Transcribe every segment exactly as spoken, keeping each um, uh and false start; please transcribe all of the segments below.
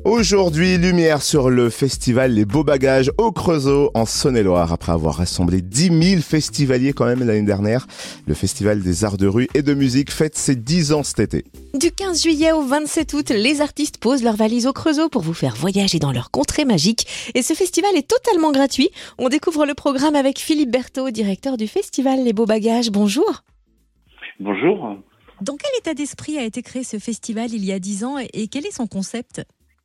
Aujourd'hui, lumière sur le festival Les Beaux Bagages au Creusot en Saône-et-Loire. Après avoir rassemblé dix mille festivaliers quand même l'année dernière, le Festival des Arts de Rue et de Musique fête ses dix ans cet été. Du quinze juillet au vingt-sept août, les artistes posent leurs valises au Creusot pour vous faire voyager dans leur contrée magique. Et ce festival est totalement gratuit. On découvre le programme avec Philippe Berthaud, directeur du festival Les Beaux Bagages. Bonjour. Bonjour. Dans quel état d'esprit a été créé ce festival il y a dix ans et quel est son concept ?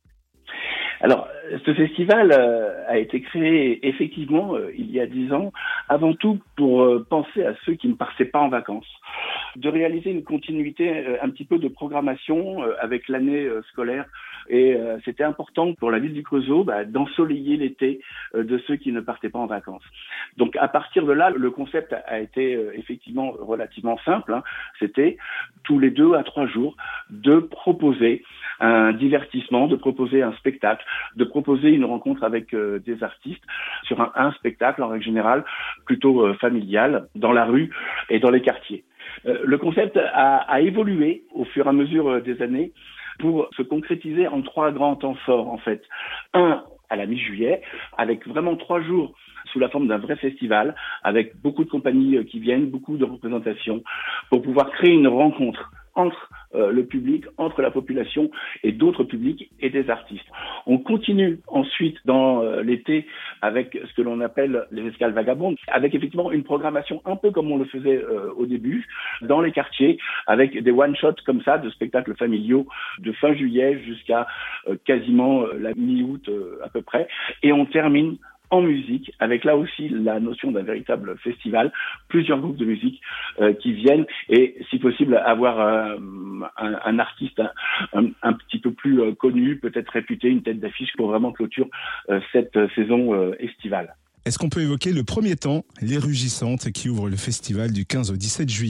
Alors, ce festival euh, a été créé effectivement euh, il y a dix ans, avant tout pour euh, penser à ceux qui ne partaient pas en vacances, de réaliser une continuité euh, un petit peu de programmation euh, avec l'année euh, scolaire. Et euh, c'était important pour la ville du Creusot bah, d'ensoleiller l'été euh, de ceux qui ne partaient pas en vacances. Donc à partir de là, le concept a été euh, effectivement relativement simple. Hein. C'était tous les deux à trois jours de proposer un divertissement, de proposer un spectacle, de proposer une rencontre avec euh, des artistes sur un, un spectacle en règle générale plutôt euh, familial dans la rue et dans les quartiers. Euh, le concept a, a évolué au fur et à mesure euh, des années pour se concrétiser en trois grands temps forts en fait. Un à la mi-juillet, avec vraiment trois jours sous la forme d'un vrai festival, avec beaucoup de compagnies euh, qui viennent, beaucoup de représentations, pour pouvoir créer une rencontre entre euh, le public, entre la population et d'autres publics et des artistes. On continue ensuite dans euh, l'été avec ce que l'on appelle les escales vagabondes, avec effectivement une programmation un peu comme on le faisait euh, au début, dans les quartiers, avec des one-shots comme ça, de spectacles familiaux, de fin juillet jusqu'à euh, quasiment euh, la mi-août euh, à peu près. Et on termine en musique, avec là aussi la notion d'un véritable festival, plusieurs groupes de musique euh, qui viennent et, si possible, avoir euh, un, un artiste un, un, un petit peu plus euh, connu, peut-être réputé, une tête d'affiche pour vraiment clôture euh, cette euh, saison euh, estivale. Est-ce qu'on peut évoquer le premier temps, Les Rugissantes, qui ouvre le festival du quinze au dix-sept juillet ?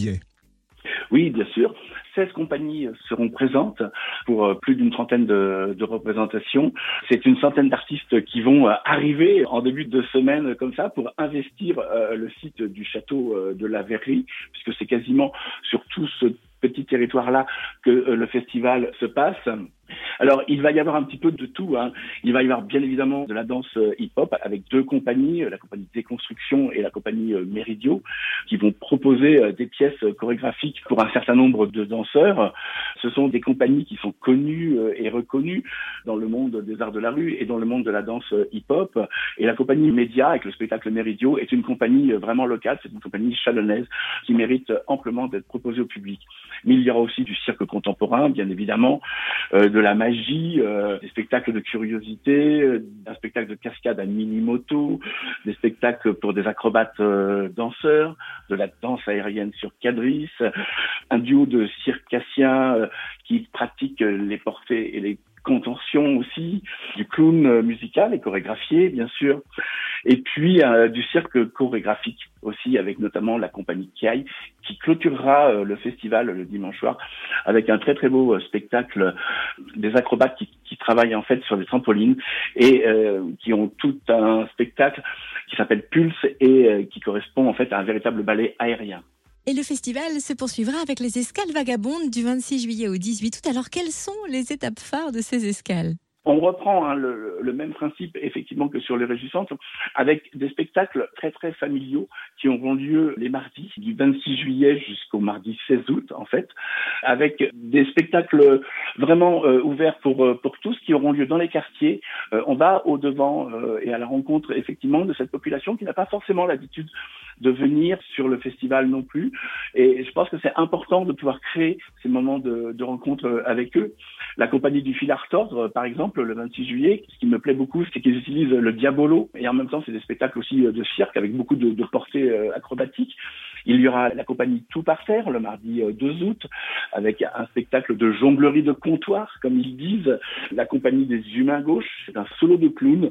Oui, bien sûr. seize compagnies seront présentes pour plus d'une trentaine de, de représentations. C'est une centaine d'artistes qui vont arriver en début de semaine comme ça pour investir euh, le site du château euh, de la Verrerie, puisque c'est quasiment sur tout ce petit territoire-là que euh, le festival se passe. Alors, il va y avoir un petit peu de tout. Hein. Il va y avoir bien évidemment de la danse hip-hop avec deux compagnies, la compagnie Déconstruction et la compagnie Méridio, qui vont proposer des pièces chorégraphiques pour un certain nombre de danseurs. Ce sont des compagnies qui sont connues et reconnues dans le monde des arts de la rue et dans le monde de la danse hip-hop. Et la compagnie Média, avec le spectacle Méridio, est une compagnie vraiment locale, c'est une compagnie chalonnaise qui mérite amplement d'être proposée au public. Mais il y aura aussi du cirque contemporain, bien évidemment, euh, de la magie, euh, des spectacles de curiosité, euh, un spectacle de cascade à mini-moto, des spectacles pour des acrobates euh, danseurs, de la danse aérienne sur quadrisse, un duo de circassiens euh, qui pratiquent les portées et les contentions aussi, du clown musical et chorégraphié, bien sûr, et puis euh, du cirque chorégraphique aussi, avec notamment la compagnie Kiai, qui clôturera euh, le festival le dimanche soir avec un très très beau euh, spectacle des acrobates qui, qui travaillent en fait sur des trampolines et euh, qui ont tout un spectacle qui s'appelle Pulse et euh, qui correspond en fait à un véritable ballet aérien. Et le festival se poursuivra avec les escales vagabondes du vingt-six juillet au dix-huit août. Alors, quelles sont les étapes phares de ces escales ? On reprend hein, le, le même principe effectivement que sur les Régissantes, avec des spectacles très très familiaux qui auront lieu les mardis du vingt-six juillet jusqu'au mardi seize août en fait, avec des spectacles vraiment euh, ouverts pour euh, pour tous qui auront lieu dans les quartiers. Euh, on va au devant euh, et à la rencontre effectivement de cette population qui n'a pas forcément l'habitude de venir sur le festival non plus. Et je pense que c'est important de pouvoir créer ces moments de, de rencontre avec eux. La compagnie du Fil à retordre, par exemple, le vingt-six juillet, ce qui me plaît beaucoup, c'est qu'ils utilisent le diabolo. Et en même temps, c'est des spectacles aussi de cirque avec beaucoup de, de portées acrobatiques. Il y aura la compagnie Tout par terre le mardi deux août avec un spectacle de jonglerie de comptoir, comme ils disent. La compagnie des Humains Gauches, c'est un solo de clown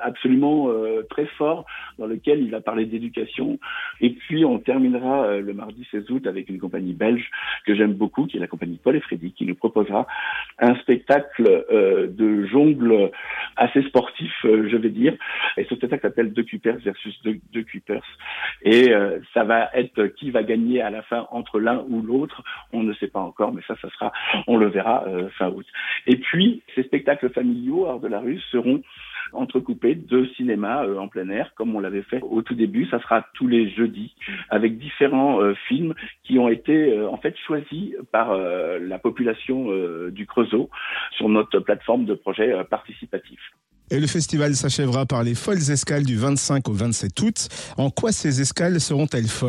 absolument euh, très fort dans lequel il va parler d'éducation. Et puis on terminera euh, le mardi seize août avec une compagnie belge que j'aime beaucoup, qui est la compagnie Paul et Freddy, qui nous proposera un spectacle euh, de jongle assez sportif, euh, je vais dire. Et ce spectacle s'appelle Deux Cupers versus Deux, deux Cupers. Et euh, ça va être qui va gagner à la fin entre l'un ou l'autre. On ne sait pas encore, mais ça, ça sera, on le verra euh, fin août. Et puis, ces spectacles familiaux, Art de la rue, seront entrecoupés de cinéma euh, en plein air, comme on l'avait fait au tout début. Ça sera tous les jeudis, avec différents euh, films qui ont été euh, en fait choisis par euh, la population euh, du Creusot sur notre plateforme de projet euh, participatif. Et le festival s'achèvera par les folles escales du vingt-cinq au vingt-sept août. En quoi ces escales seront-elles folles ?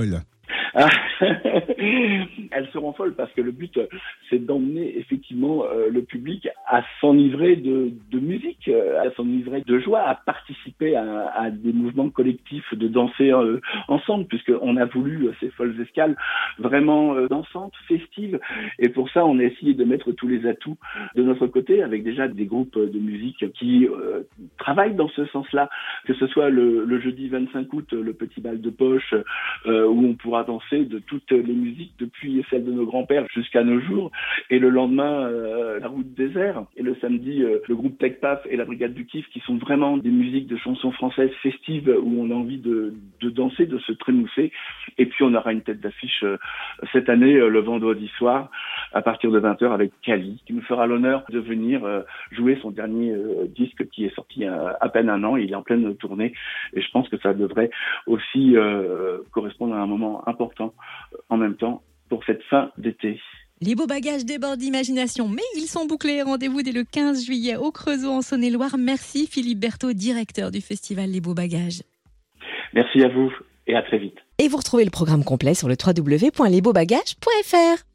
Elles seront folles parce que le but, c'est d'emmener effectivement euh, le public à s'enivrer de, de musique, à s'enivrer de joie, à participer à, à des mouvements collectifs, de danser euh, ensemble, puisqu'on a voulu euh, ces folles escales vraiment euh, dansantes, festives. Et pour ça, on a essayé de mettre tous les atouts de notre côté, avec déjà des groupes de musique qui euh, travaillent dans ce sens-là, que ce soit le, le jeudi vingt-cinq août, le petit bal de poche, euh, où on pourra danser de toutes les musiques depuis celle de nos grands-pères jusqu'à nos jours, et le lendemain euh, la route désert, et le samedi euh, le groupe Tech Paf et la Brigade du Kiff, qui sont vraiment des musiques de chansons françaises festives où on a envie de, de danser, de se trémousser. Et puis on aura une tête d'affiche euh, cette année euh, le vendredi soir à partir de vingt heures avec Kali, qui nous fera l'honneur de venir euh, jouer son dernier euh, disque qui est sorti à, à peine un an. Il est en pleine tournée et je pense que ça devrait aussi euh, correspondre à un moment important en même temps pour cette fin d'été. Les beaux bagages débordent d'imagination, mais ils sont bouclés. Rendez-vous dès le quinze juillet au Creusot en Saône-et-Loire. Merci Philippe Berthaud, directeur du festival Les Beaux Bagages. Merci à vous et à très vite. Et vous retrouvez le programme complet sur le w w w point les beaux bagages point f r.